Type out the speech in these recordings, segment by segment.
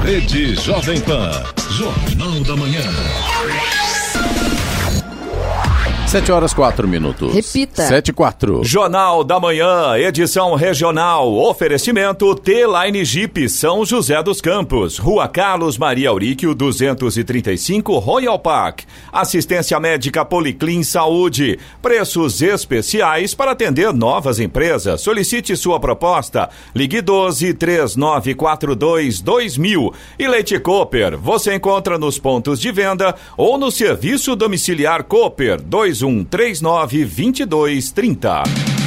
Rede Jovem Pan, Jornal da Manhã. 7h04. Repita. 7h04. Jornal da Manhã, edição regional. Oferecimento T-Line Jeep, São José dos Campos. Rua Carlos Maria Auríquio, 235, Royal Park. Assistência médica Policlin Saúde. Preços especiais para atender novas empresas. Solicite sua proposta. Ligue 12-3942-2000. E Leite Cooper, você encontra nos pontos de venda ou no serviço domiciliar Cooper 2139-2230.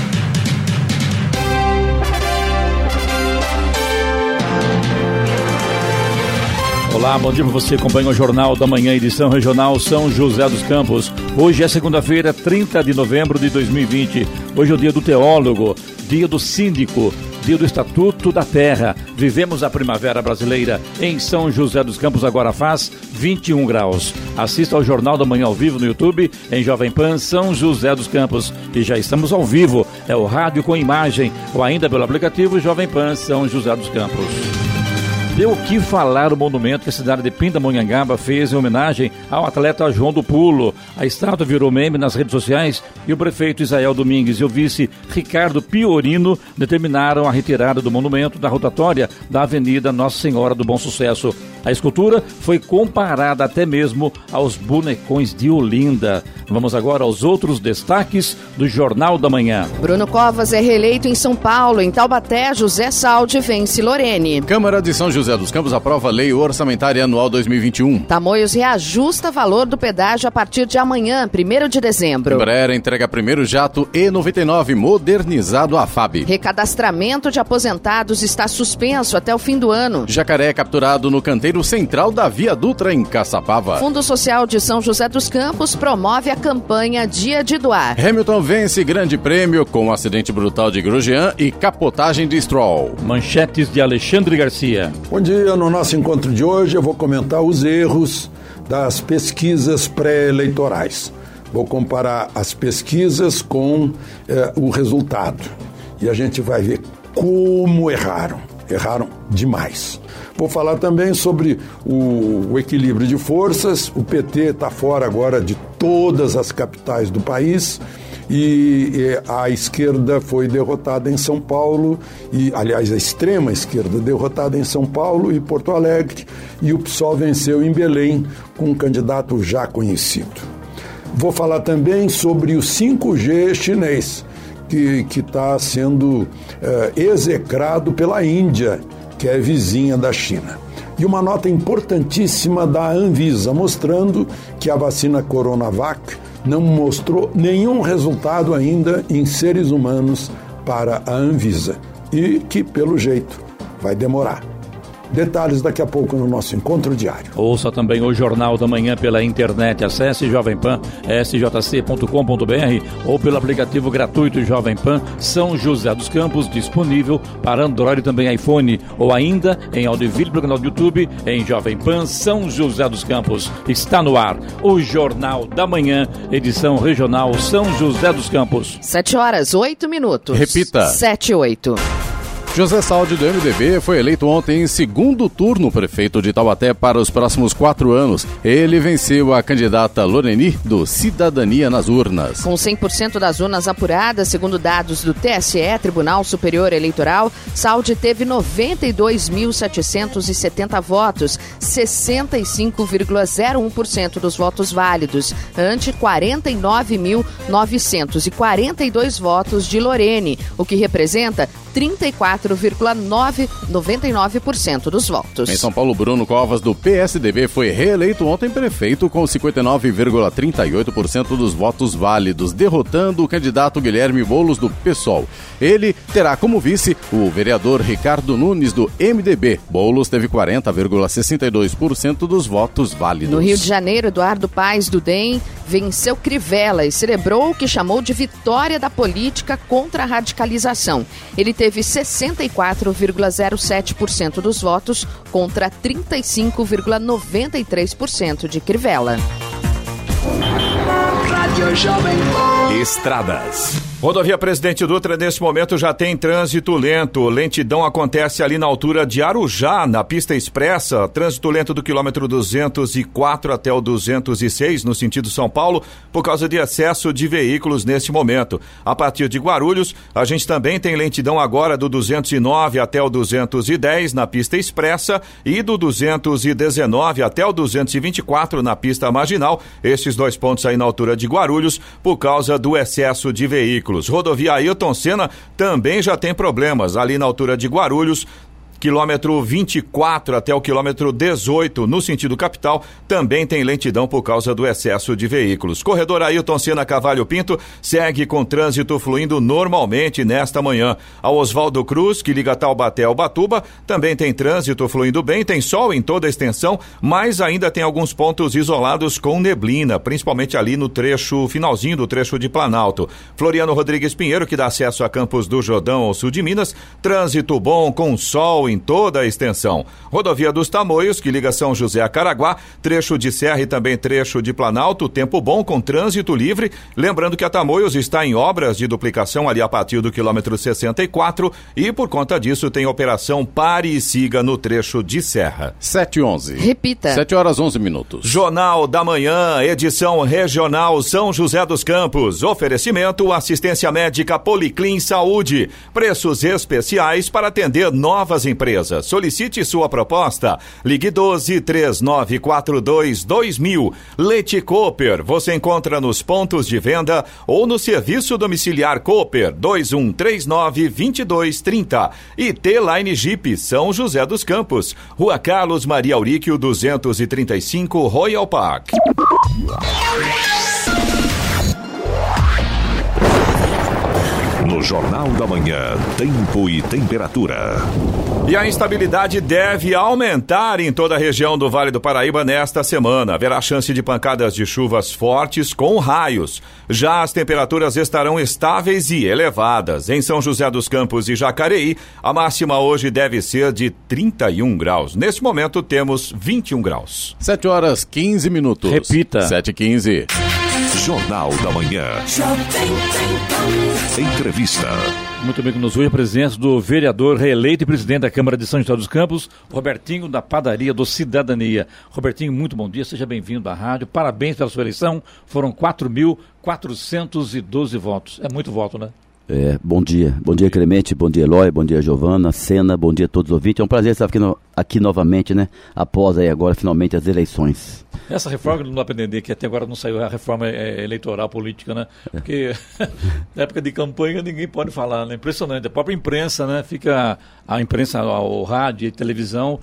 Olá, bom dia para você, acompanha o Jornal da Manhã, edição regional São José dos Campos. Hoje é segunda-feira, 30 de novembro de 2020. Hoje é o dia do teólogo, dia do síndico, dia do Estatuto da Terra. Vivemos a primavera brasileira em São José dos Campos, agora faz 21 graus. Assista ao Jornal da Manhã ao vivo no YouTube, em Jovem Pan São José dos Campos. E já estamos ao vivo, é o rádio com imagem, ou ainda pelo aplicativo Jovem Pan São José dos Campos. Deu o que falar o monumento que a cidade de Pindamonhangaba fez em homenagem ao atleta João do Pulo. A estátua virou meme nas redes sociais e o prefeito Isael Domingues e o vice Ricardo Piorino determinaram a retirada do monumento da rotatória da Avenida Nossa Senhora do Bom Sucesso. A escultura foi comparada até mesmo aos bonecões de Olinda. Vamos agora aos outros destaques do Jornal da Manhã. Bruno Covas é reeleito em São Paulo. Em Taubaté, José Saldi vence Lorene. Câmara de São José dos Campos aprova a Lei Orçamentária Anual 2021. Tamoios reajusta valor do pedágio a partir de amanhã, 1º de dezembro. Embraer entrega primeiro jato E99 modernizado à FAB. Recadastramento de aposentados está suspenso até o fim do ano. Jacaré é capturado no canteiro central da Via Dutra em Caçapava. Fundo Social de São José dos Campos promove a campanha Dia de Doar. Hamilton vence grande prêmio com acidente brutal de Grosjean e capotagem de Stroll. Manchetes de Alexandre Garcia. Bom dia, no nosso encontro de hoje eu vou comentar os erros das pesquisas pré-eleitorais. Vou comparar as pesquisas com o resultado. E a gente vai ver como erraram. Erraram demais. Vou falar também sobre o equilíbrio de forças. O PT está fora agora de todas as capitais do país e a esquerda foi derrotada em São Paulo, aliás, a extrema esquerda derrotada em São Paulo e Porto Alegre, e o PSOL venceu em Belém com um candidato já conhecido. Vou falar também sobre o 5G chinês, que está sendo execrado pela Índia, que é vizinha da China. E uma nota importantíssima da Anvisa, mostrando que a vacina Coronavac não mostrou nenhum resultado ainda em seres humanos para a Anvisa. E que, pelo jeito, vai demorar. Detalhes daqui a pouco no nosso encontro diário. Ouça também o Jornal da Manhã pela internet. Acesse Jovem Pan, sjc.com.br ou pelo aplicativo gratuito Jovem Pan São José dos Campos, disponível para Android e também iPhone, ou ainda em áudio e vídeo pelo canal do YouTube em Jovem Pan São José dos Campos. Está no ar o Jornal da Manhã, edição regional São José dos Campos. 7h08. Repita. 7h08. José Saldi, do MDB, foi eleito ontem em segundo turno prefeito de Taubaté para os próximos 4 anos. Ele venceu a candidata Loreni, do Cidadania nas urnas. Com 100% das urnas apuradas, segundo dados do TSE, Tribunal Superior Eleitoral, Saldi teve 92.770 votos, 65,01% dos votos válidos, ante 49.942 votos de Loreni, o que representa 34,99% dos votos. Em São Paulo, Bruno Covas, do PSDB, foi reeleito ontem prefeito com 59,38% dos votos válidos, derrotando o candidato Guilherme Boulos, do PSOL. Ele terá como vice o vereador Ricardo Nunes, do MDB. Boulos teve 40,62% dos votos válidos. No Rio de Janeiro, Eduardo Paes, do DEM, venceu Crivella e celebrou o que chamou de vitória da política contra a radicalização. Ele teve 64,07% dos votos contra 35,93% de Crivella. Estradas. Rodovia Presidente Dutra, nesse momento, já tem trânsito lento. Lentidão acontece ali na altura de Arujá, na pista expressa. Trânsito lento do quilômetro 204 até o 206, no sentido São Paulo, por causa de excesso de veículos neste momento. A partir de Guarulhos, a gente também tem lentidão agora do 209 até o 210 na pista expressa e do 219 até o 224 na pista marginal. Esses 2 pontos aí na altura de Guarulhos, por causa do excesso de veículos. Rodovia Ailton Senna também já tem problemas ali na altura de Guarulhos. Quilômetro 24 até o quilômetro 18, no sentido capital, também tem lentidão por causa do excesso de veículos. Corredor Ailton Senna Cavalho Pinto segue com trânsito fluindo normalmente nesta manhã. A Oswaldo Cruz, que liga Taubaté ao Batuba, também tem trânsito fluindo bem, tem sol em toda a extensão, mas ainda tem alguns pontos isolados com neblina, principalmente ali no trecho, finalzinho do trecho de Planalto. Floriano Rodrigues Pinheiro, que dá acesso a Campos do Jordão ao sul de Minas, trânsito bom com sol em toda a extensão. Rodovia dos Tamoios, que liga São José a Caraguá, trecho de Serra e também trecho de Planalto, tempo bom com trânsito livre. Lembrando que a Tamoios está em obras de duplicação ali a partir do quilômetro 64 e por conta disso tem operação Pare e Siga no trecho de Serra. 7h11. Repita. 7h11. Jornal da Manhã, edição regional São José dos Campos. Oferecimento assistência médica Policlin Saúde. Preços especiais para atender novas empresas. Solicite sua proposta. Ligue 12-3942-2000. Leite Cooper. Você encontra nos pontos de venda ou no serviço domiciliar Cooper 2139-2230. E T-Line Jeep São José dos Campos. Rua Carlos Maria Auríquio 235 Royal Park. No Jornal da Manhã, tempo e temperatura. E a instabilidade deve aumentar em toda a região do Vale do Paraíba nesta semana. Haverá chance de pancadas de chuvas fortes com raios. Já as temperaturas estarão estáveis e elevadas. Em São José dos Campos e Jacareí, a máxima hoje deve ser de 31 graus. Neste momento temos 21 graus. 7h15. Repita. 7h15. Jornal da Manhã. Entrevista. Muito bem, nos hoje a presença do vereador reeleito e presidente da Câmara de São José dos Campos, Robertinho da Padaria do Cidadania. Robertinho, muito bom dia, seja bem-vindo à rádio, parabéns pela sua eleição, foram 4.412 votos, é muito voto, né? Bom dia Clemente, bom dia Eloy, bom dia Giovana, Sena, bom dia a todos os ouvintes, é um prazer estar aqui novamente, né, após aí agora finalmente as eleições. Essa reforma não dá para entender que até agora não saiu a reforma eleitoral política, né, porque na época de campanha ninguém pode falar, né, impressionante, a própria imprensa, né, a imprensa, o rádio e a televisão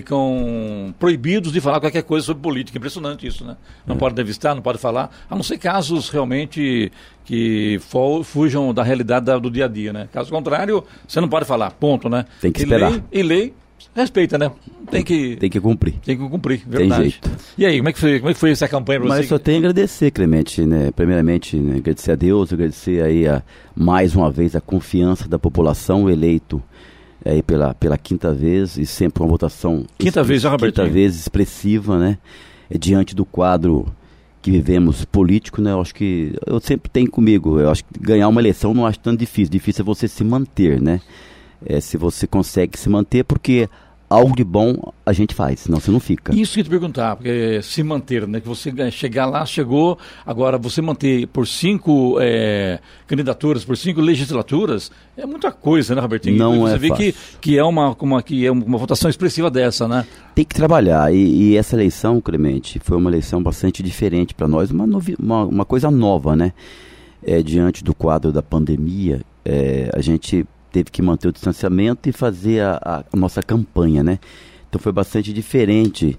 ficam proibidos de falar qualquer coisa sobre política, impressionante isso, né, não pode entrevistar, não pode falar, a não ser casos realmente que fujam da realidade do dia a dia, né? Caso contrário, você não pode falar, ponto, né? Tem que esperar. E lei respeita, né? Tem que cumprir. Tem que cumprir, verdade. Tem jeito. E aí, como é que foi essa campanha para você? Mas só tenho a agradecer, Clemente, né? Primeiramente, né? Agradecer a Deus, agradecer aí mais uma vez a confiança da população, eleito aí pela quinta vez e sempre uma votação... Quinta vez, já, Robertinho? Quinta vez expressiva, né? Diante do quadro que vivemos político, né? Eu acho que eu sempre tenho comigo, eu acho que ganhar uma eleição não acho tão difícil é você se manter, né? Se você consegue se manter, porque algo de bom a gente faz, senão você não fica. Isso que eu te perguntar, porque se manter, né? Que você chegar lá, chegou, agora você manter por 5 candidaturas, por 5 legislaturas, é muita coisa, né, Robertinho? Não você é vê fácil. que é uma votação expressiva dessa, né? Tem que trabalhar, e essa eleição, Clemente, foi uma eleição bastante diferente para nós, uma coisa nova, né? Diante do quadro da pandemia, a gente teve que manter o distanciamento e fazer a nossa campanha, né? Então foi bastante diferente,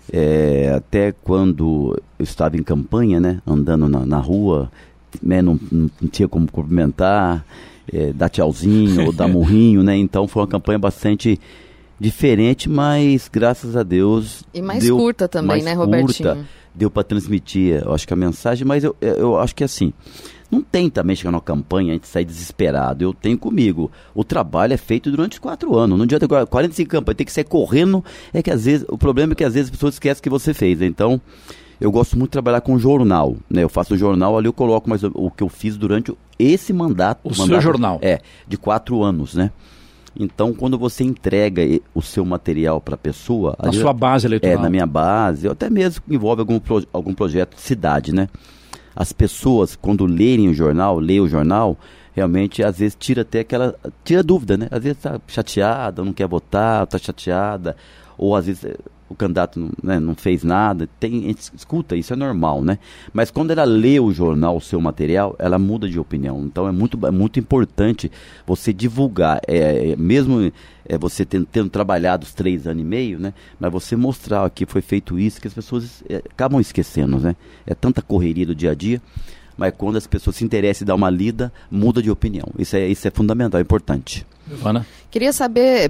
até quando eu estava em campanha, né? Andando na rua, né? Não tinha como cumprimentar, dar tchauzinho ou dar murrinho, né? Então foi uma campanha bastante diferente, mas graças a Deus... E mais curta também, né, Robertinho? Deu para transmitir, eu acho que a mensagem, mas eu acho que assim... Não tem também chegar numa campanha, a gente sair desesperado. Eu tenho comigo. O trabalho é feito durante os 4 anos. Não adianta agora 45 campanhas, tem que sair correndo. É que às vezes, o problema é que às vezes as pessoas esquecem que você fez. Então, eu gosto muito de trabalhar com jornal, né? Eu faço jornal, ali eu coloco mais o que eu fiz durante esse mandato. Seu jornal? De 4 anos, né? Então, quando você entrega o seu material para a pessoa... Na sua base eleitoral. Na minha base, ou até mesmo envolve algum projeto de cidade, né? As pessoas, quando leem o jornal, realmente, às vezes, tira dúvida, né? Às vezes está chateada, não quer votar, está chateada, ou às vezes o candidato, né, não fez nada. Escuta, isso é normal, né? Mas quando ela lê o jornal, o seu material, ela muda de opinião. Então é muito importante você divulgar, mesmo você tendo trabalhado os 3 anos e meio, né? Mas você mostrar que foi feito isso, que as pessoas acabam esquecendo, né? É tanta correria do dia a dia. Mas quando as pessoas se interessam em dar uma lida, muda de opinião. Isso é fundamental, é importante. Ana? Queria saber,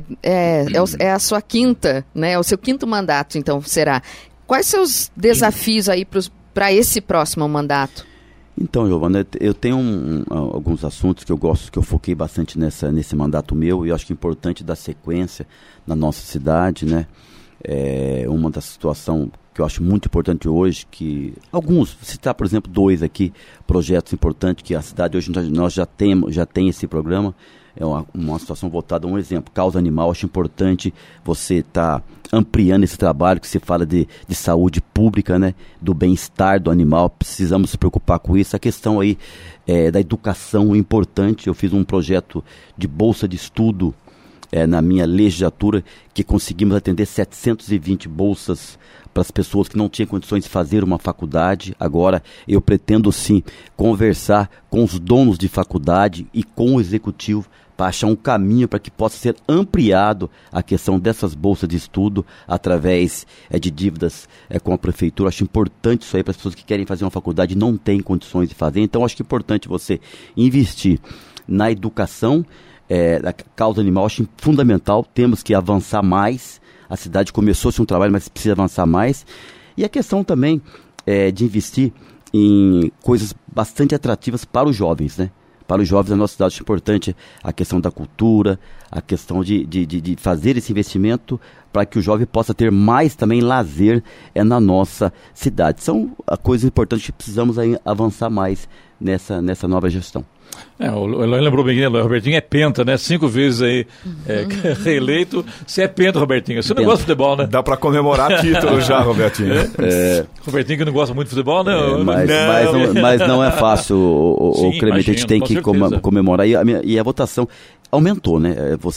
é a sua quinta, né? O seu 5º mandato, então, será. Quais seus desafios aí para esse próximo mandato? Então, Giovana, eu tenho alguns assuntos que eu gosto, que eu foquei bastante nesse mandato meu, e eu acho que é importante dar sequência na nossa cidade, né? Uma das situações que eu acho muito importante hoje, que alguns, citar por exemplo 2 aqui, projetos importantes que a cidade hoje nós já tem esse programa, é uma situação voltada a um exemplo, causa animal. Acho importante você estar ampliando esse trabalho que se fala de saúde pública, né, do bem-estar do animal, precisamos se preocupar com isso. A questão aí da educação é importante. Eu fiz um projeto de bolsa de estudo na minha legislatura, que conseguimos atender 720 bolsas para as pessoas que não tinham condições de fazer uma faculdade. Agora eu pretendo sim conversar com os donos de faculdade e com o executivo para achar um caminho para que possa ser ampliado a questão dessas bolsas de estudo através de dívidas com a prefeitura. Acho importante isso aí para as pessoas que querem fazer uma faculdade e não têm condições de fazer. Então acho que é importante você investir na educação. A causa animal acho fundamental, temos que avançar mais. A cidade começou-se um trabalho, mas precisa avançar mais. E a questão também de investir em coisas bastante atrativas para os jovens, né? Para os jovens da nossa cidade, acho importante a questão da cultura, a questão de fazer esse investimento para que o jovem possa ter mais também lazer na nossa cidade. São coisas importantes que precisamos aí avançar mais nessa nova gestão. O Eloy lembrou bem, né? O Robertinho é penta, né? 5 vezes aí reeleito. Você é penta, Robertinho. Você não gosta de futebol, né? Dá para comemorar título já, Robertinho. Robertinho que não gosta muito de futebol, né? Mas não é fácil, o Clemente. A gente tem que comemorar. E a votação aumentou, né?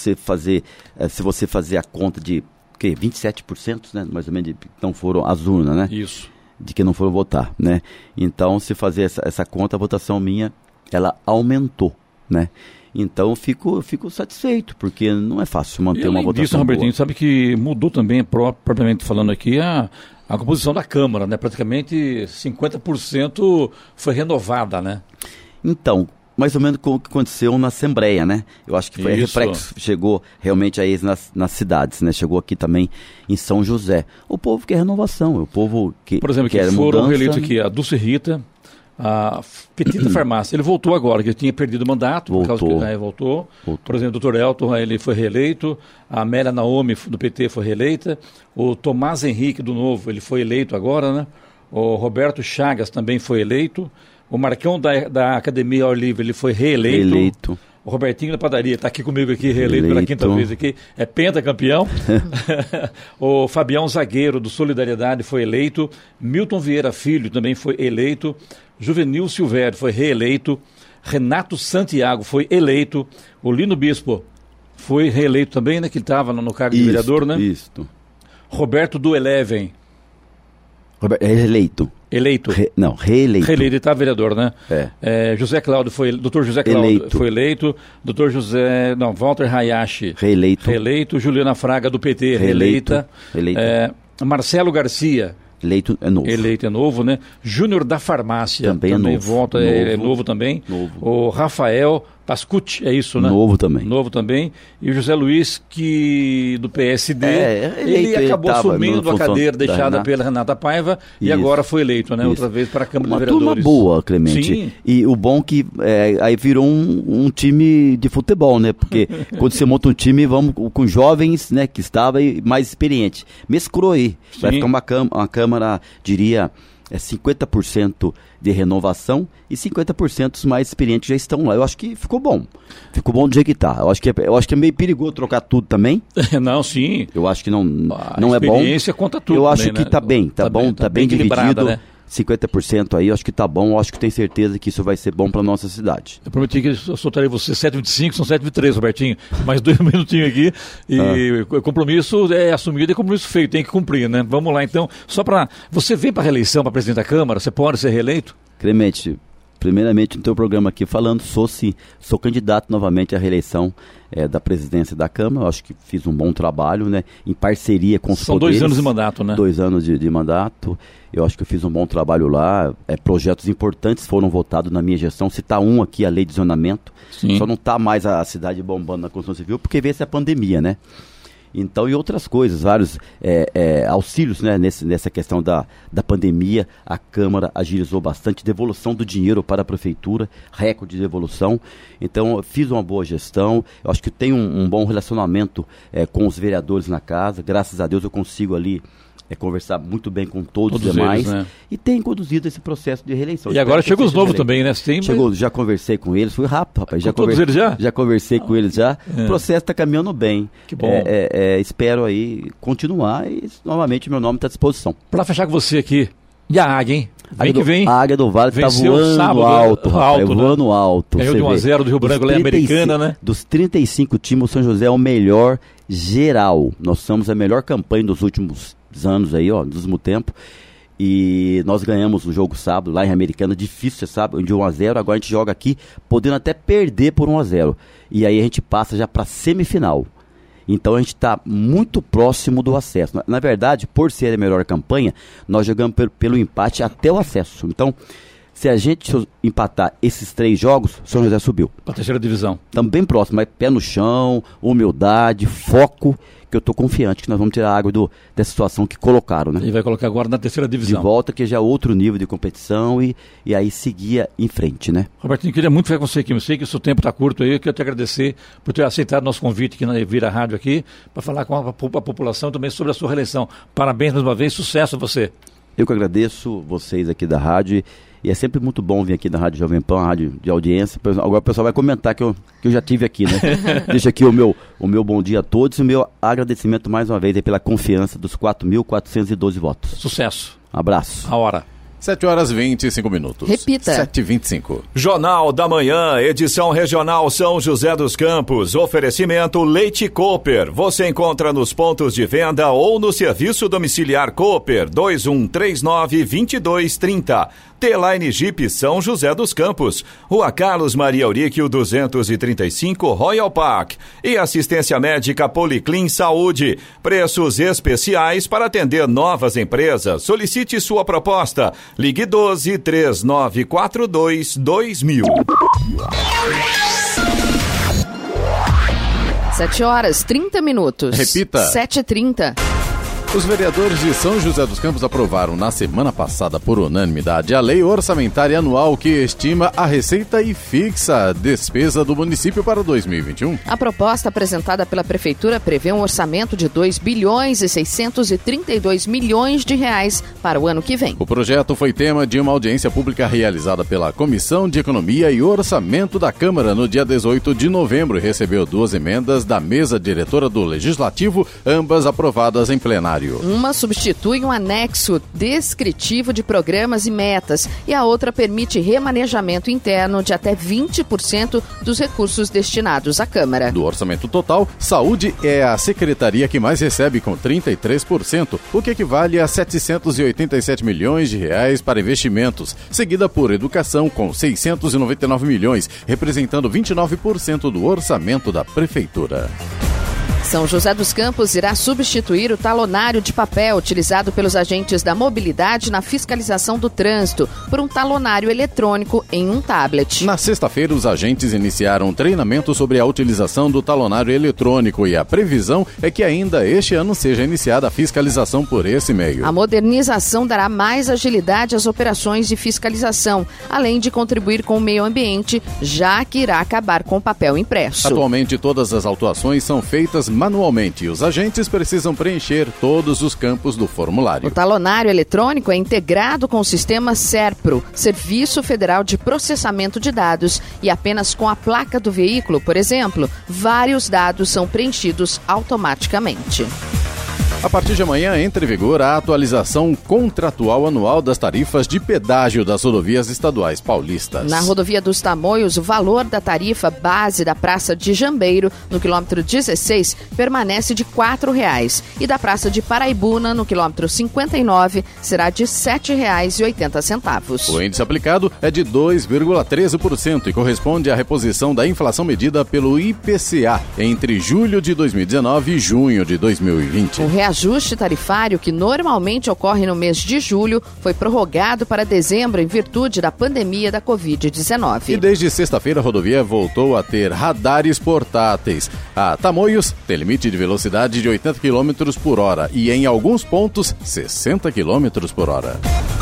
Se você fazer a conta de 27%, né? Mais ou menos, que não foram as urnas, né? Isso. De que não foram votar, né? Então, se fazer essa conta, a votação minha, ela aumentou, né? Então eu fico satisfeito, porque não é fácil manter uma votação disso, Robertinho, boa. Sabe que mudou também, propriamente falando aqui, a composição da Câmara, né? Praticamente 50% foi renovada, né? Então, mais ou menos o que aconteceu na Assembleia, né? Eu acho que foi reflexo, chegou realmente aí nas cidades, né? Chegou aqui também em São José. O povo quer renovação, o povo quer Por exemplo, que foram reeleitos aqui a Dulce Rita, a Petita Farmácia. Ele voltou agora, que ele tinha perdido o mandato, por causa que voltou. Por exemplo, o Dr. Elton, ele foi reeleito, a Amélia Naomi do PT foi reeleita, o Tomás Henrique do Novo, ele foi eleito agora, né? O Roberto Chagas também foi eleito. O Marcão da Academia ao Livre, ele foi reeleito. O Robertinho da Padaria está aqui comigo aqui, reeleito pela 5ª vez aqui, é pentacampeão. O Fabião Zagueiro do Solidariedade foi eleito. Milton Vieira Filho também foi eleito. Juvenil Silvério foi reeleito. Renato Santiago foi eleito. O Lino Bispo foi reeleito também, né? Que estava no cargo de vereador, né? Isso. Roberto do Eleven. Reeleito. Eleito. Reeleito. Reeleito, ele está vereador, né? José Cláudio Dr. José Cláudio foi eleito. Walter Hayashi. Reeleito. Juliana Fraga do PT, reeleita. Marcelo Garcia. Eleito é novo. Né? Júnior da Farmácia. Também é novo. Volta, é novo também. O Rafael Pascucci, é isso, né? Novo também. Novo também. E o José Luiz, que do PSD, ele acabou assumindo a cadeira deixada pela Renata Paiva e agora foi eleito, né? Outra vez para a Câmara de Vereadores. Uma turma boa, Clemente. Sim. E o bom que aí virou um time de futebol, né? Porque quando você monta um time, vamos com jovens, né? Que estava mais experiente. Mesclou aí. Vai ficar uma Câmara, diria, 50% de renovação e 50% dos mais experientes já estão lá. Eu acho que ficou bom. Ficou bom do jeito que tá. Eu acho que é meio perigoso trocar tudo também. Não, sim. Eu acho que não é bom. A experiência conta tudo. Eu acho também, que né? tá bem, tá bem dividido. Né? 50% aí, eu acho que tá bom, eu acho que tenho certeza que isso vai ser bom para nossa cidade. Eu prometi que eu soltaria você 7h25, são 7h03, Robertinho, mais 2 minutinhos aqui, e compromisso é assumido e compromisso feito, tem que cumprir, né? Vamos lá então, só para, você vem para reeleição para presidente da Câmara, você pode ser reeleito? Clemente, primeiramente no teu programa aqui falando, sou candidato novamente à reeleição da presidência da Câmara. Eu acho que fiz um bom trabalho, né, em parceria com os poderes. São 2 anos de mandato, né? 2 anos de mandato. Eu acho que eu fiz um bom trabalho lá. Projetos importantes foram votados na minha gestão. Citar um aqui, a lei de zonamento. Sim. Só não está mais a cidade bombando na construção civil porque veio essa pandemia, né? Então, e outras coisas, vários auxílios, né, nessa questão da pandemia. A Câmara agilizou bastante, devolução do dinheiro para a Prefeitura, recorde de devolução. Então, eu fiz uma boa gestão, eu acho que tenho um bom relacionamento com os vereadores na casa. Graças a Deus eu consigo ali conversar muito bem com todos os demais, eles, né? E tem conduzido esse processo de reeleição. E agora chegou os novos também, né? Chegou, já conversei com eles, fui rápido, rapaz. Todos eles já? Já conversei com eles já. O processo está caminhando bem. Que bom. Espero aí continuar e novamente meu nome está à disposição. Para fechar com você aqui, e a Águia, hein? A Águia do Vale está voando sábado, alto, rapaz, voando alto. Ganhou de 1-0 do Rio Branco, lá Americana, né? Dos 35 times, o São José é o melhor geral. Nós somos a melhor campanha dos últimos anos aí, ó, dos últimos tempos. E nós ganhamos o jogo sábado, lá em Americana, difícil, você sabe, de 1-0, agora a gente joga aqui, podendo até perder por 1-0. E aí a gente passa já para semifinal. Então a gente está muito próximo do acesso. Na verdade, por ser a melhor campanha, nós jogamos pelo empate até o acesso. Então, se a gente empatar esses 3 jogos, São José subiu. Para a 3ª divisão. Estamos bem próximo, mas pé no chão, humildade, foco, que eu estou confiante que nós vamos tirar a água dessa situação que colocaram, né? E vai colocar agora na 3ª divisão. De volta, que já é outro nível de competição e aí seguir em frente, né? Robertinho, queria muito ficar com você aqui. Eu sei que o seu tempo está curto aí, eu quero te agradecer por ter aceitado nosso convite aqui na Vira Rádio aqui, para falar com a população também sobre a sua reeleição. Parabéns mais uma vez, sucesso a você. Eu que agradeço vocês aqui da rádio. E é sempre muito bom vir aqui na Rádio Jovem Pan, rádio de audiência. Agora o pessoal vai comentar que eu já tive aqui, né? Deixa aqui o meu bom dia a todos e o meu agradecimento mais uma vez aí pela confiança dos 4.412 votos. Sucesso. Abraço. A hora. 7h25. Repita. 7h25. Jornal da Manhã, edição regional São José dos Campos. Oferecimento Leite Cooper. Você encontra nos pontos de venda ou no serviço domiciliar Cooper 2139-2230. T-Line Jeep São José dos Campos. Rua Carlos Maria Auríquio 235 Royal Park. E assistência médica Policlin Saúde. Preços especiais para atender novas empresas. Solicite sua proposta. Ligue 12-3942-2000. 7h30. Repita. 7h30. Os vereadores de São José dos Campos aprovaram na semana passada por unanimidade a lei orçamentária anual que estima a receita e fixa a despesa do município para 2021. A proposta apresentada pela Prefeitura prevê um orçamento de 2.632 milhões de reais para o ano que vem. O projeto foi tema de uma audiência pública realizada pela Comissão de Economia e Orçamento da Câmara no dia 18 de novembro e recebeu 2 emendas da mesa diretora do Legislativo, ambas aprovadas em plenário. Uma substitui um anexo descritivo de programas e metas e a outra permite remanejamento interno de até 20% dos recursos destinados à Câmara. Do orçamento total, saúde é a secretaria que mais recebe, com 33%, o que equivale a 787 milhões de reais para investimentos, seguida por educação com 699 milhões, representando 29% do orçamento da Prefeitura. São José dos Campos irá substituir o talonário de papel utilizado pelos agentes da mobilidade na fiscalização do trânsito por um talonário eletrônico em um tablet. Na sexta-feira, os agentes iniciaram um treinamento sobre a utilização do talonário eletrônico e a previsão é que ainda este ano seja iniciada a fiscalização por esse meio. A modernização dará mais agilidade às operações de fiscalização, além de contribuir com o meio ambiente, já que irá acabar com o papel impresso. Atualmente, todas as autuações são feitas manualmente e os agentes precisam preencher todos os campos do formulário. O talonário eletrônico é integrado com o sistema SERPRO, Serviço Federal de Processamento de Dados, e apenas com a placa do veículo, por exemplo, vários dados são preenchidos automaticamente. A partir de amanhã entra em vigor a atualização contratual anual das tarifas de pedágio das rodovias estaduais paulistas. Na rodovia dos Tamoios, o valor da tarifa base da Praça de Jambeiro, no quilômetro 16, permanece de R$ 4,00 e da Praça de Paraibuna, no quilômetro 59, será de R$ 7,80. O índice aplicado é de 2,13% e corresponde à reposição da inflação medida pelo IPCA entre julho de 2019 e junho de 2020. O reajuste tarifário, que normalmente ocorre no mês de julho, foi prorrogado para dezembro em virtude da pandemia da Covid-19. E desde sexta-feira a rodovia voltou a ter radares portáteis. A Tamoios tem limite de velocidade de 80 km por hora e em alguns pontos 60 km por hora.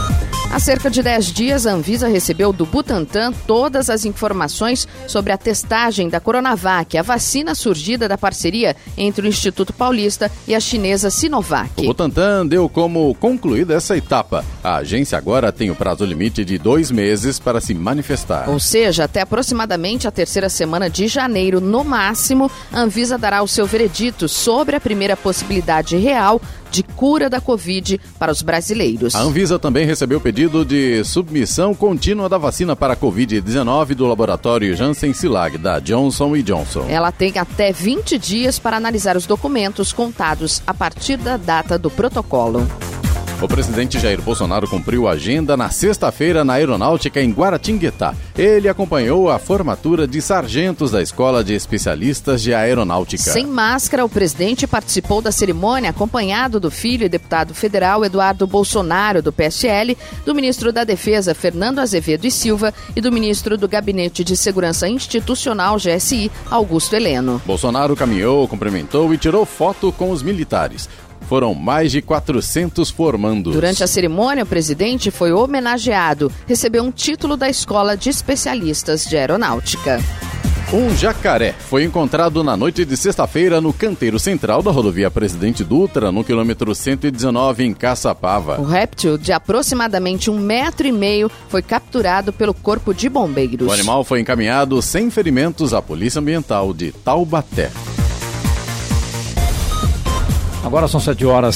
Há cerca de 10 dias, a Anvisa recebeu do Butantan todas as informações sobre a testagem da Coronavac, a vacina surgida da parceria entre o Instituto Paulista e a chinesa Sinovac. O Butantan deu como concluída essa etapa. A agência agora tem o prazo limite de 2 meses para se manifestar. Ou seja, até aproximadamente a terceira semana de janeiro, no máximo, a Anvisa dará o seu veredito sobre a primeira possibilidade real de cura da Covid para os brasileiros. A Anvisa também recebeu o pedido de submissão contínua da vacina para a Covid-19 do laboratório Janssen-Cilag, da Johnson & Johnson. Ela tem até 20 dias para analisar os documentos contados a partir da data do protocolo. O presidente Jair Bolsonaro cumpriu a agenda na sexta-feira na Aeronáutica em Guaratinguetá. Ele acompanhou a formatura de sargentos da Escola de Especialistas de Aeronáutica. Sem máscara, o presidente participou da cerimônia acompanhado do filho e deputado federal Eduardo Bolsonaro, do PSL, do ministro da Defesa Fernando Azevedo e Silva e do ministro do Gabinete de Segurança Institucional, GSI, Augusto Heleno. Bolsonaro caminhou, cumprimentou e tirou foto com os militares. Foram mais de 400 formandos. Durante a cerimônia, o presidente foi homenageado. Recebeu um título da Escola de Especialistas de Aeronáutica. Um jacaré foi encontrado na noite de sexta-feira no canteiro central da rodovia Presidente Dutra, no quilômetro 119, em Caçapava. O réptil, de aproximadamente 1,5 metro, foi capturado pelo Corpo de Bombeiros. O animal foi encaminhado sem ferimentos à Polícia Ambiental de Taubaté. Agora são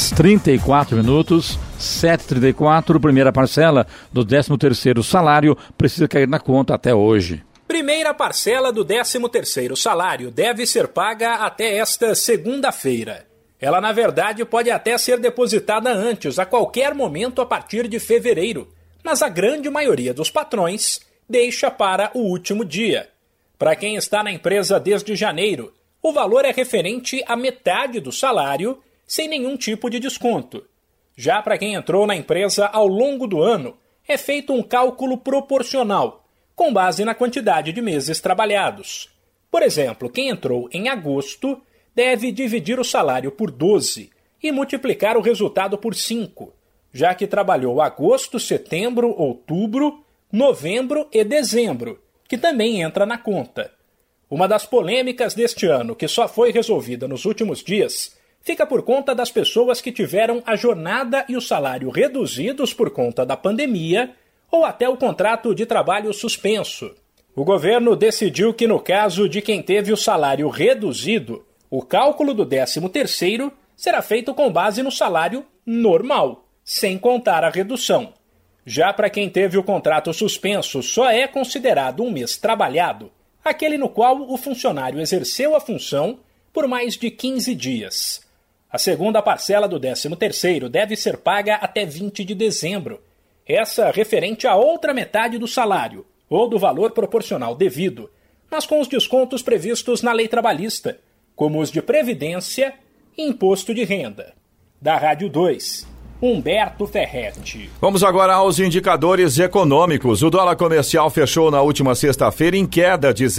7h34, 7h34, primeira parcela do 13º salário precisa cair na conta até hoje. Primeira parcela do 13º salário deve ser paga até esta segunda-feira. Ela, na verdade, pode até ser depositada antes, a qualquer momento a partir de fevereiro, mas a grande maioria dos patrões deixa para o último dia. Para quem está na empresa desde janeiro, o valor é referente à metade do salário, sem nenhum tipo de desconto. Já para quem entrou na empresa ao longo do ano, é feito um cálculo proporcional, com base na quantidade de meses trabalhados. Por exemplo, quem entrou em agosto deve dividir o salário por 12 e multiplicar o resultado por 5, já que trabalhou agosto, setembro, outubro, novembro e dezembro, que também entra na conta. Uma das polêmicas deste ano, que só foi resolvida nos últimos dias, fica por conta das pessoas que tiveram a jornada e o salário reduzidos por conta da pandemia ou até o contrato de trabalho suspenso. O governo decidiu que, no caso de quem teve o salário reduzido, o cálculo do 13º será feito com base no salário normal, sem contar a redução. Já para quem teve o contrato suspenso, só é considerado um mês trabalhado, aquele no qual o funcionário exerceu a função por mais de 15 dias. A segunda parcela do 13º deve ser paga até 20 de dezembro. Essa referente à outra metade do salário, ou do valor proporcional devido, mas com os descontos previstos na lei trabalhista, como os de previdência e imposto de renda. Da Rádio 2, Humberto Ferretti. Vamos agora aos indicadores econômicos. O dólar comercial fechou na última sexta-feira em queda de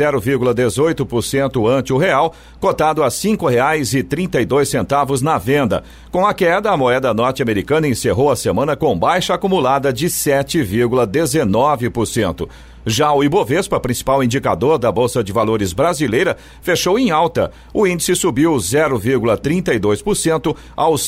0,18% ante o real, cotado a R$ 5,32 na venda. Com a queda, a moeda norte-americana encerrou a semana com baixa acumulada de 7,19%. Já o Ibovespa, principal indicador da Bolsa de Valores brasileira, fechou em alta. O índice subiu 0,32% aos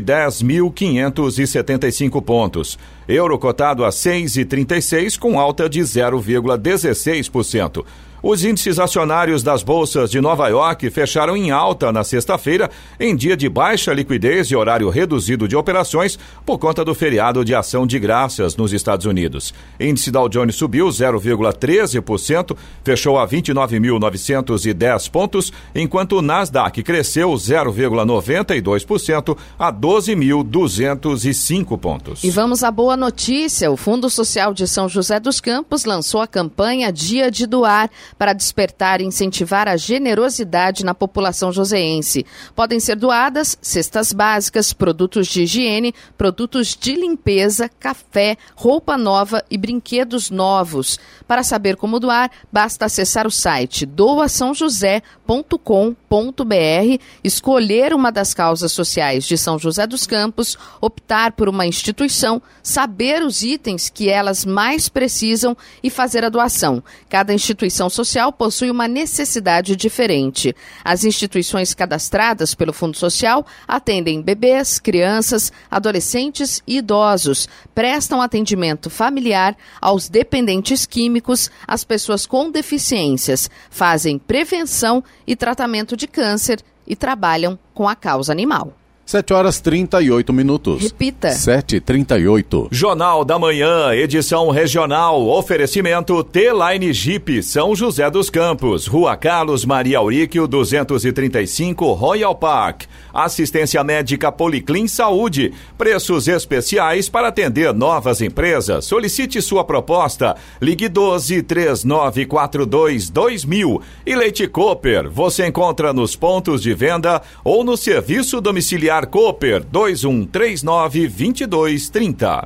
110.575 pontos. Euro cotado a 6,36 com alta de 0,16%. Os índices acionários das bolsas de Nova York fecharam em alta na sexta-feira, em dia de baixa liquidez e horário reduzido de operações por conta do feriado de Ação de Graças nos Estados Unidos. Índice Dow Jones subiu 0,13%, fechou a 29.910 pontos, enquanto o Nasdaq cresceu 0,92% a 12.205 pontos. E vamos à boa notícia. O Fundo Social de São José dos Campos lançou a campanha Dia de Doar, para despertar e incentivar a generosidade na população joseense. Podem ser doadas cestas básicas, produtos de higiene, produtos de limpeza, café, roupa nova e brinquedos novos. Para saber como doar, basta acessar o site doaçãojosé.com.br, escolher uma das causas sociais de São José dos Campos, optar por uma instituição, saber os itens que elas mais precisam e fazer a doação. Cada instituição social possui uma necessidade diferente. As instituições cadastradas pelo Fundo Social atendem bebês, crianças, adolescentes e idosos, prestam atendimento familiar aos dependentes químicos, às pessoas com deficiências, fazem prevenção e tratamento de câncer e trabalham com a causa animal. 7h38. Repita. 7h38. Jornal da Manhã, edição regional, oferecimento T-Line Jeep, São José dos Campos, Rua Carlos Maria Auríquio, 235, Royal Park. Assistência médica Policlin Saúde, preços especiais para atender novas empresas. Solicite sua proposta, ligue 12-3942-2000. E Leite Cooper, você encontra nos pontos de venda ou no serviço domiciliar Cooper 2139-2230.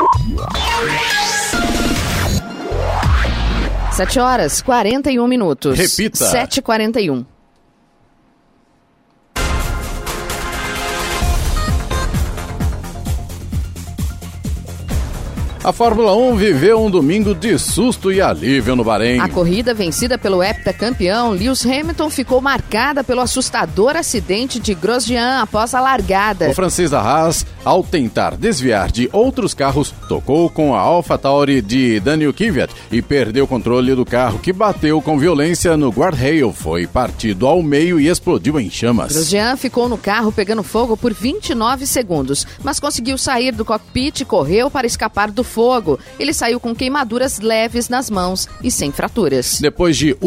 7h41. Repita. 7h41. A Fórmula 1 viveu um domingo de susto e alívio no Bahrein. A corrida vencida pelo heptacampeão Lewis Hamilton ficou marcada pelo assustador acidente de Grosjean após a largada. O francês da Haas, ao tentar desviar de outros carros, tocou com a AlphaTauri de Daniel Kvyat e perdeu o controle do carro, que bateu com violência no guardrail, foi partido ao meio e explodiu em chamas. Grosjean ficou no carro pegando fogo por 29 segundos, mas conseguiu sair do cockpit e correu para escapar do fogo. Ele saiu com queimaduras leves nas mãos e sem fraturas. Depois de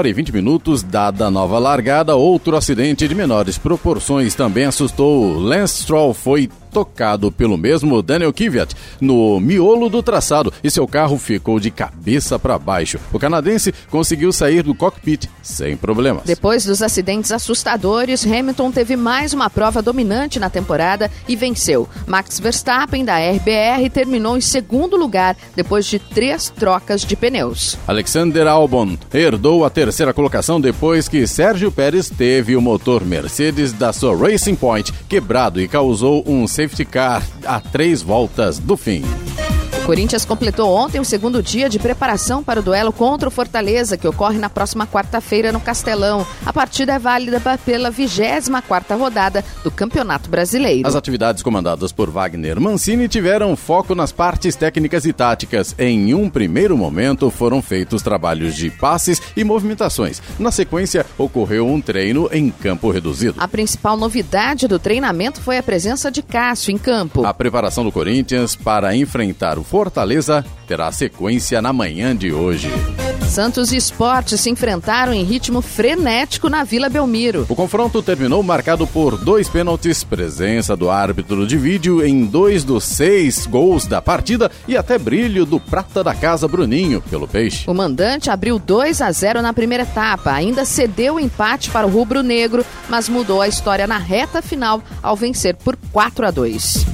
1h20, dada a nova largada, outro acidente de menores proporções também assustou. Lance Stroll foi tocado pelo mesmo Daniel Kvyat no miolo do traçado e seu carro ficou de cabeça para baixo. O canadense conseguiu sair do cockpit sem problemas. Depois dos acidentes assustadores, Hamilton teve mais uma prova dominante na temporada e venceu. Max Verstappen, da RBR, terminou em segundo lugar depois de 3 trocas de pneus. Alexander Albon herdou a terceira colocação depois que Sérgio Pérez teve o motor Mercedes da sua Racing Point quebrado e causou um safety car a 3 voltas do fim. O Corinthians completou ontem o segundo dia de preparação para o duelo contra o Fortaleza, que ocorre na próxima quarta-feira no Castelão. A partida é válida pela 24ª rodada do Campeonato Brasileiro. As atividades comandadas por Wagner Mancini tiveram foco nas partes técnicas e táticas. Em um primeiro momento foram feitos trabalhos de passes e movimentações. Na sequência, ocorreu um treino em campo reduzido. A principal novidade do treinamento foi a presença de Cássio em campo. A preparação do Corinthians para enfrentar o Fortaleza terá sequência na manhã de hoje. Santos e Sport se enfrentaram em ritmo frenético na Vila Belmiro. O confronto terminou marcado por 2 pênaltis, presença do árbitro de vídeo em 2 dos 6 gols da partida e até brilho do prata da casa Bruninho pelo Peixe. O mandante abriu 2-0 na primeira etapa, ainda cedeu o empate para o rubro-negro, mas mudou a história na reta final ao vencer por 4-2.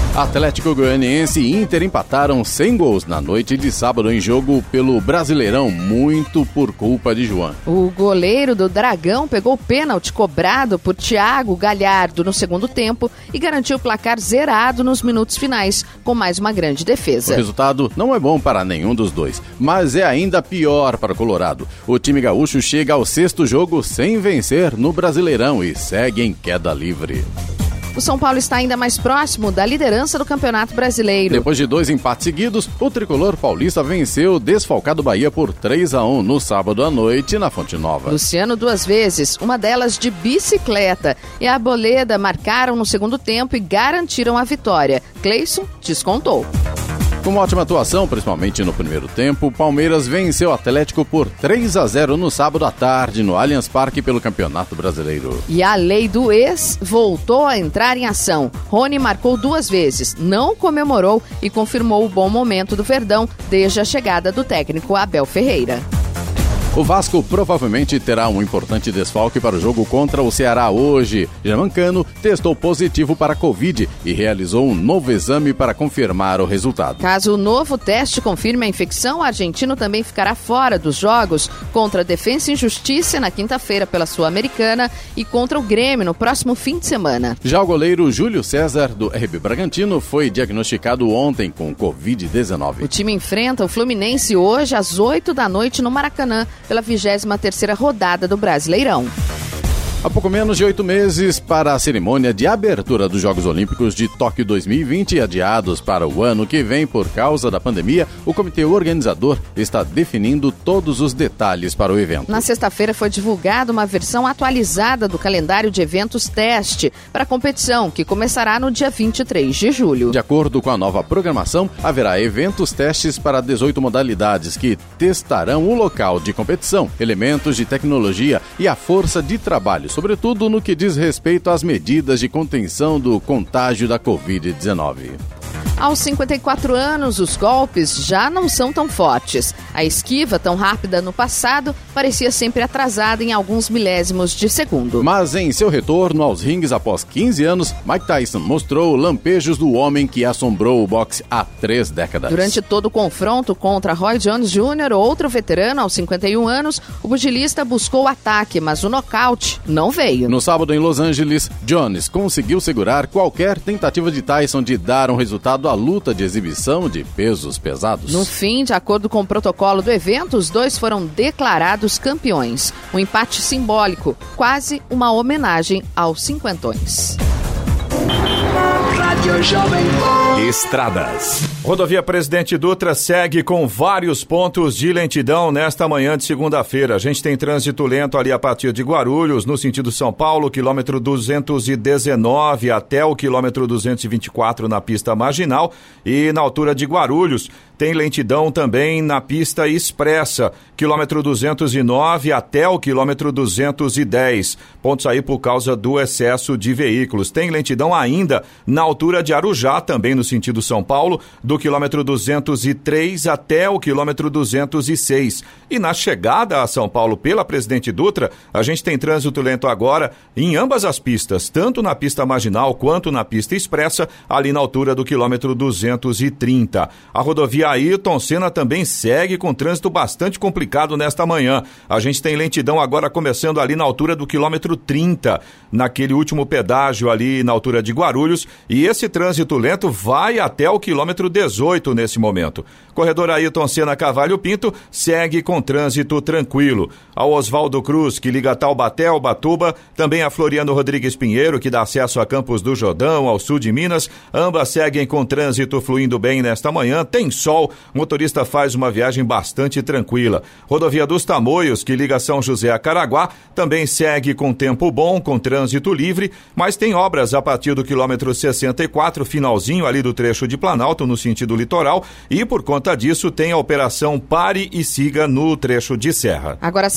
Atlético Goianiense e Inter empataram sem gols na noite de sábado em jogo pelo Brasileirão, muito por culpa de João. O goleiro do Dragão pegou o pênalti cobrado por Thiago Galhardo no segundo tempo e garantiu o placar zerado nos minutos finais, com mais uma grande defesa. O resultado não é bom para nenhum dos dois, mas é ainda pior para o Colorado. O time gaúcho chega ao 6º jogo sem vencer no Brasileirão e segue em queda livre. O São Paulo está ainda mais próximo da liderança do Campeonato Brasileiro. Depois de 2 empates seguidos, o tricolor paulista venceu o desfalcado Bahia por 3-1 no sábado à noite na Fonte Nova. Luciano 2 vezes, uma delas de bicicleta, e a Arboleda marcaram no segundo tempo e garantiram a vitória. Cleison descontou. Com uma ótima atuação, principalmente no primeiro tempo, o Palmeiras venceu o Atlético por 3-0 no sábado à tarde no Allianz Parque pelo Campeonato Brasileiro. E a lei do ex voltou a entrar em ação. Rony marcou 2 vezes, não comemorou e confirmou o bom momento do Verdão desde a chegada do técnico Abel Ferreira. O Vasco provavelmente terá um importante desfalque para o jogo contra o Ceará hoje. Germancano testou positivo para a Covid e realizou um novo exame para confirmar o resultado. Caso o novo teste confirme a infecção, o argentino também ficará fora dos jogos contra a Defensa e Justiça na quinta-feira pela Sul-Americana e contra o Grêmio no próximo fim de semana. Já o goleiro Júlio César, do RB Bragantino, foi diagnosticado ontem com Covid-19. O time enfrenta o Fluminense hoje às 8 da noite no Maracanã, pela 23ª rodada do Brasileirão. Há pouco menos de 8 meses para a cerimônia de abertura dos Jogos Olímpicos de Tóquio 2020, adiados para o ano que vem por causa da pandemia, o comitê organizador está definindo todos os detalhes para o evento. Na sexta-feira foi divulgada uma versão atualizada do calendário de eventos teste para a competição, que começará no dia 23 de julho. De acordo com a nova programação, haverá eventos testes para 18 modalidades que testarão o local de competição, elementos de tecnologia e a força de trabalho, sobretudo no que diz respeito às medidas de contenção do contágio da Covid-19. Aos 54 anos, os golpes já não são tão fortes. A esquiva, tão rápida no passado, parecia sempre atrasada em alguns milésimos de segundo. Mas em seu retorno aos ringues após 15 anos, Mike Tyson mostrou lampejos do homem que assombrou o boxe há 3 décadas. Durante todo o confronto contra Roy Jones Jr., outro veterano aos 51 anos, o pugilista buscou o ataque, mas o nocaute não veio. No sábado em Los Angeles, Jones conseguiu segurar qualquer tentativa de Tyson de dar um resultado à luta de exibição de pesos pesados. No fim, de acordo com o protocolo do evento, os dois foram declarados campeões. Um empate simbólico, quase uma homenagem aos cinquentões. Estradas. Rodovia Presidente Dutra segue com vários pontos de lentidão nesta manhã de segunda-feira. A gente tem trânsito lento ali a partir de Guarulhos, no sentido São Paulo, quilômetro 219 até o quilômetro 224 na pista marginal, e na altura de Guarulhos tem lentidão também na pista expressa, quilômetro 209 até o quilômetro 210. Pontos aí por causa do excesso de veículos. Tem lentidão ainda na altura de Arujá, também no sentido São Paulo, do quilômetro 203 até o quilômetro 206. E na chegada a São Paulo pela Presidente Dutra, a gente tem trânsito lento agora em ambas as pistas, tanto na pista marginal quanto na pista expressa, ali na altura do quilômetro 230. A rodovia Ayrton Senna também segue com trânsito bastante complicado nesta manhã. A gente tem lentidão agora começando ali na altura do quilômetro 30, naquele último pedágio ali na altura de Guarulhos, e esse trânsito lento vai até o quilômetro 18 nesse momento. Corredor Ayrton Senna Cavalho Pinto segue com trânsito tranquilo. Ao Oswaldo Cruz, que liga Taubaté ao Ubatuba, também a Floriano Rodrigues Pinheiro, que dá acesso a Campos do Jordão, ao sul de Minas, ambas seguem com trânsito fluindo bem nesta manhã. Tem sol, o motorista faz uma viagem bastante tranquila. Rodovia dos Tamoios, que liga São José a Caraguá, também segue com tempo bom, com trânsito livre, mas tem obras a partir do quilômetro 64, finalzinho ali do trecho de Planalto, no sentido litoral, e por conta disso tem a operação Pare e Siga no trecho de Serra. Agora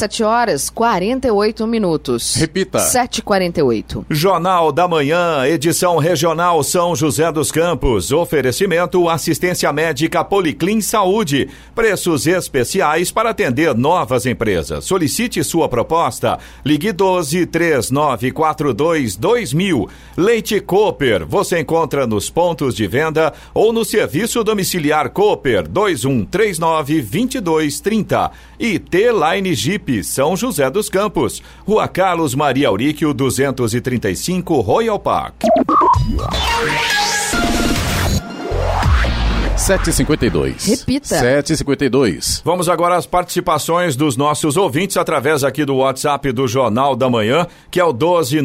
7h48. Repita. 7h48. Jornal da Manhã, edição regional São José dos Campos. Oferecimento assistência médica Policlin Saúde. Preços especiais para atender novas empresas. Solicite sua proposta. Ligue 12-3942-2000. Leite Cooper. Você encontra nos pontos de venda venda ou no serviço domiciliar Cooper 2139-2230 e T-Line Jeep São José dos Campos, Rua Carlos Maria Auríquio 235 Royal Park. 7h52. Repita. 7h52. Vamos agora às participações dos nossos ouvintes através aqui do WhatsApp do Jornal da Manhã, que é o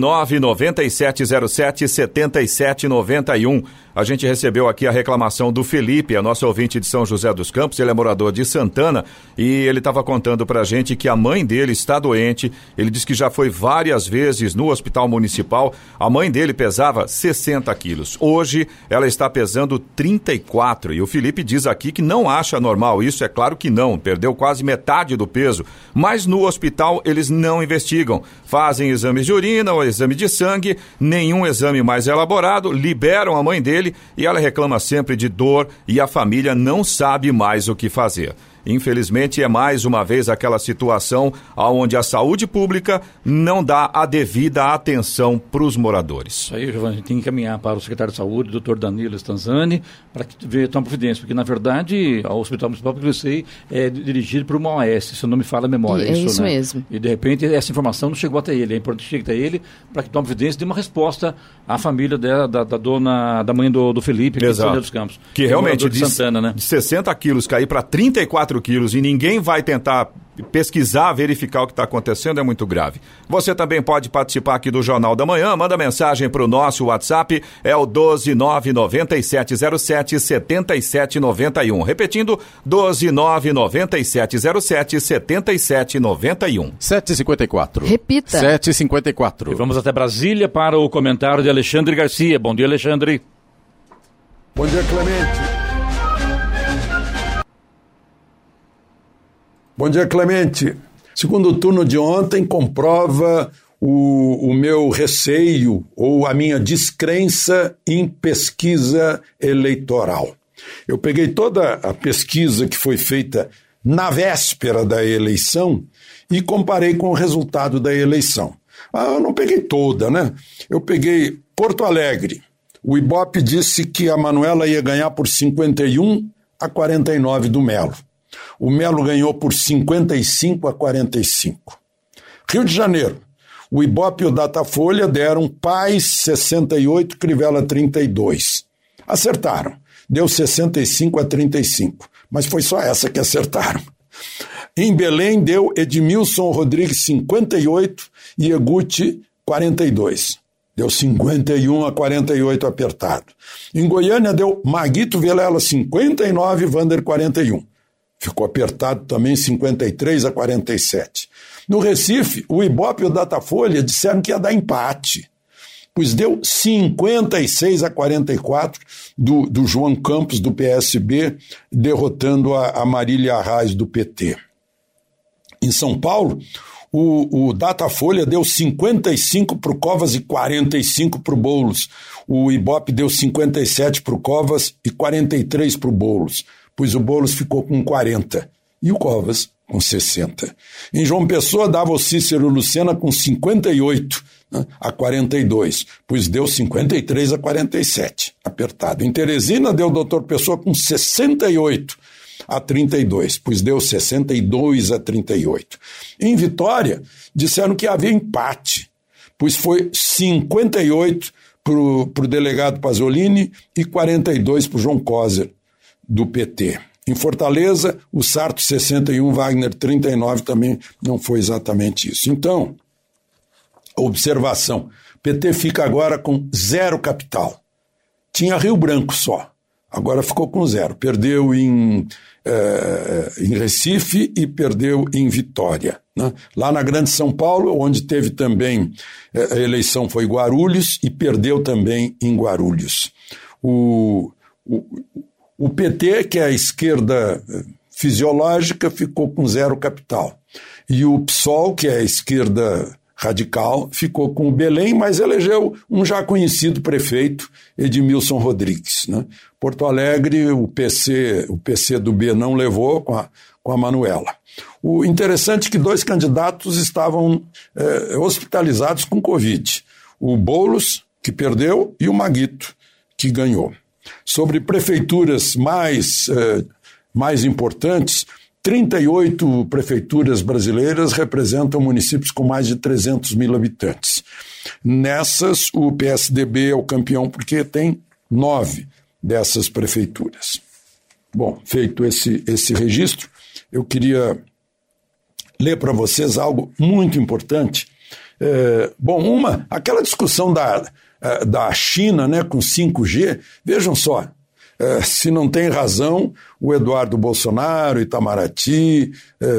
12997077791. A gente recebeu aqui a reclamação do Felipe, é nosso ouvinte de São José dos Campos, ele é morador de Santana e ele estava contando pra gente que a mãe dele está doente. Ele disse que já foi várias vezes no hospital municipal. A mãe dele pesava 60 quilos. Hoje ela está pesando 34 e o Felipe diz aqui que não acha normal isso, é claro que não, perdeu quase metade do peso, mas no hospital eles não investigam, fazem exames de urina ou exame de sangue, nenhum exame mais elaborado, liberam a mãe dele e ela reclama sempre de dor e a família não sabe mais o que fazer. Infelizmente, é mais uma vez aquela situação onde a saúde pública não dá a devida atenção para os moradores. Isso aí, Giovanni, a gente tem que encaminhar para o secretário de Saúde, doutor Danilo Stanzani, para que tomar providência, porque, na verdade, o Hospital Municipal, porque eu sei, é dirigido por uma OAS, se não me falha a memória. É isso né? mesmo. E, de repente, essa informação não chegou até ele. É importante que chegue até ele para que tome providência e dê uma resposta à família da mãe do Felipe, de São José dos Campos. Que realmente, de Santana, né? De 60 quilos cair para 34 quilos e ninguém vai tentar pesquisar, verificar o que está acontecendo, é muito grave. Você também pode participar aqui do Jornal da Manhã, manda mensagem para o nosso WhatsApp, é o 12997077791. Repetindo, 12997077791. 7h54. Repita. 7h54. E vamos até Brasília para o comentário de Alexandre Garcia. Bom dia, Alexandre. Bom dia, Clemente. Bom dia, Clemente. Segundo turno de ontem comprova o meu receio ou a minha descrença em pesquisa eleitoral. Eu peguei toda a pesquisa que foi feita na véspera da eleição e comparei com o resultado da eleição. Eu não peguei toda, né? Eu peguei Porto Alegre. O Ibope disse que a Manuela ia ganhar por 51-49 do Melo. O Melo ganhou por 55-45. Rio de Janeiro. O Ibope e o Datafolha deram Paz 68, Crivella 32. Acertaram. Deu 65-35. Mas foi só essa que acertaram. Em Belém deu Edmilson Rodrigues 58 e Eguti 42. Deu 51-48 apertado. Em Goiânia deu Maguito Vilela 59 e Vander 41. Ficou apertado também 53-47. No Recife, o Ibope e o Datafolha disseram que ia dar empate, pois deu 56-44 do João Campos, do PSB, derrotando a Marília Arraes, do PT. Em São Paulo, o Datafolha deu 55 para o Covas e 45 para o Boulos. O Ibope deu 57 para o Covas e 43 para o Boulos, pois o Boulos ficou com 40 e o Covas com 60. Em João Pessoa dava o Cícero Lucena com 58 a 42, pois deu 53-47, apertado. Em Teresina deu o Dr. Pessoa com 68 a 32, pois deu 62-38. Em Vitória, disseram que havia empate, pois foi 58 para o delegado Pasolini e 42 para o João Coser, do PT. Em Fortaleza, o Sarto 61, Wagner 39, também não foi exatamente isso. Então, observação, PT fica agora com 0 capital. Tinha Rio Branco só, agora ficou com 0. Perdeu em Recife e perdeu em Vitória, né? Lá na Grande São Paulo, onde teve também a eleição, foi Guarulhos e perdeu também em Guarulhos. O PT, que é a esquerda fisiológica, ficou com 0 capital. E o PSOL, que é a esquerda radical, ficou com o Belém, mas elegeu um já conhecido prefeito, Edmilson Rodrigues, né? Porto Alegre, o PC do B não levou com a Manuela. O interessante é que 2 candidatos estavam hospitalizados com Covid. O Boulos, que perdeu, e o Maguito, que ganhou. sobre prefeituras mais importantes, 38 prefeituras brasileiras representam municípios com mais de 300 mil habitantes. Nessas, o PSDB é o campeão porque tem 9 dessas prefeituras. Bom, feito esse registro, eu queria ler para vocês algo muito importante. Aquela discussão da China, né, com 5G, vejam só, se não tem razão o Eduardo Bolsonaro, Itamaraty,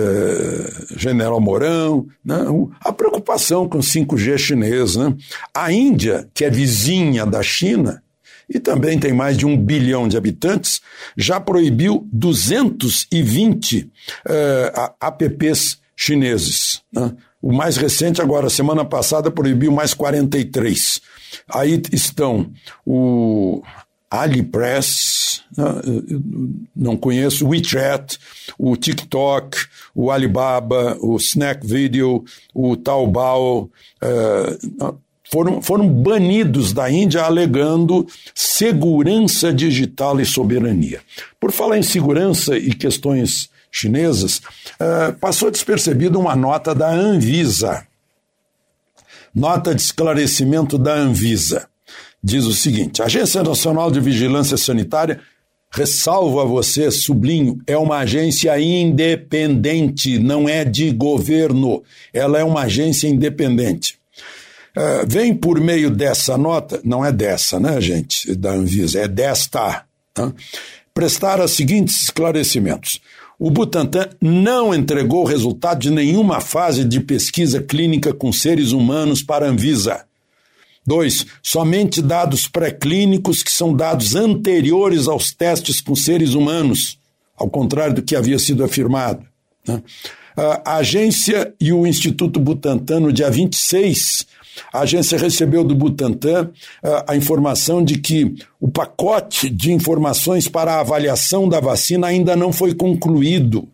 General Mourão, né, a preocupação com 5G chinês. Né? A Índia, que é vizinha da China, e também tem mais de 1 bilhão de habitantes, já proibiu 220 apps chineses. Né? O mais recente agora, semana passada, proibiu mais 43. Aí estão o AliExpress, não conheço, o WeChat, o TikTok, o Alibaba, o Snack Video, o Taobao, foram banidos da Índia alegando segurança digital e soberania. Por falar em segurança e questões chinesas, passou despercebida uma nota da Anvisa. Nota de esclarecimento da Anvisa. Diz o seguinte: a Agência Nacional de Vigilância Sanitária, ressalvo a você, sublinho, é uma agência independente, não é de governo, ela é uma agência independente. Vem por meio dessa nota, não é dessa, né, gente, da Anvisa, é desta, prestar os seguintes esclarecimentos. O Butantan não entregou resultado de nenhuma fase de pesquisa clínica com seres humanos para a Anvisa. 2. Somente dados pré-clínicos que são dados anteriores aos testes com seres humanos, ao contrário do que havia sido afirmado. Né? A agência e o Instituto Butantan, no dia 26, a agência recebeu do Butantan a informação de que o pacote de informações para a avaliação da vacina ainda não foi concluído.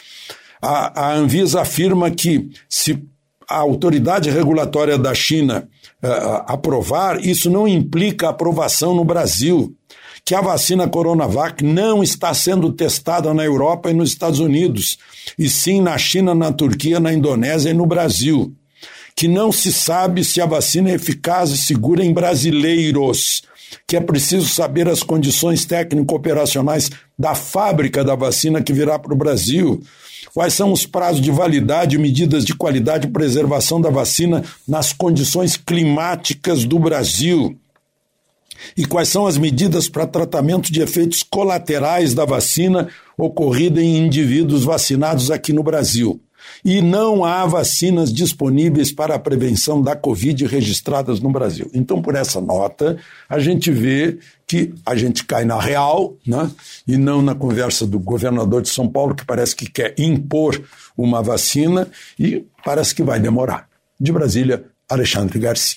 A Anvisa afirma que se a autoridade regulatória da China aprovar, isso não implica aprovação no Brasil, que a vacina Coronavac não está sendo testada na Europa e nos Estados Unidos, e sim na China, na Turquia, na Indonésia e no Brasil, que não se sabe se a vacina é eficaz e segura em brasileiros, que é preciso saber as condições técnico-operacionais da fábrica da vacina que virá para o Brasil, quais são os prazos de validade, medidas de qualidade e preservação da vacina nas condições climáticas do Brasil, e quais são as medidas para tratamento de efeitos colaterais da vacina ocorrida em indivíduos vacinados aqui no Brasil. E não há vacinas disponíveis para a prevenção da Covid registradas no Brasil. Então, por essa nota, a gente vê que a gente cai na real, né? E não na conversa do governador de São Paulo, que parece que quer impor uma vacina e parece que vai demorar. De Brasília, Alexandre Garcia.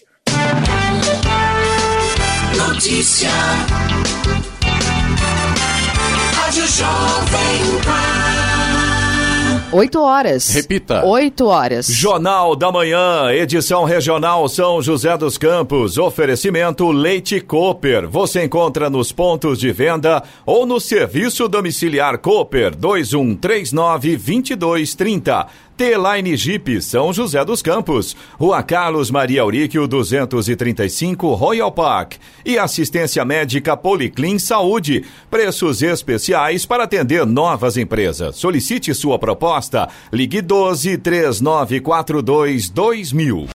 Notícia. Rádio Jovem Pan. 8 horas. Repita. 8 horas. Jornal da Manhã, edição regional São José dos Campos. Oferecimento Leite Cooper. Você encontra nos pontos de venda ou no serviço domiciliar Cooper 2139-2230. T-Line Jeep São José dos Campos, Rua Carlos Maria Auríquio 235 Royal Park e assistência médica Policlin Saúde, preços especiais para atender novas empresas. Solicite sua proposta, ligue 12 3942 2000.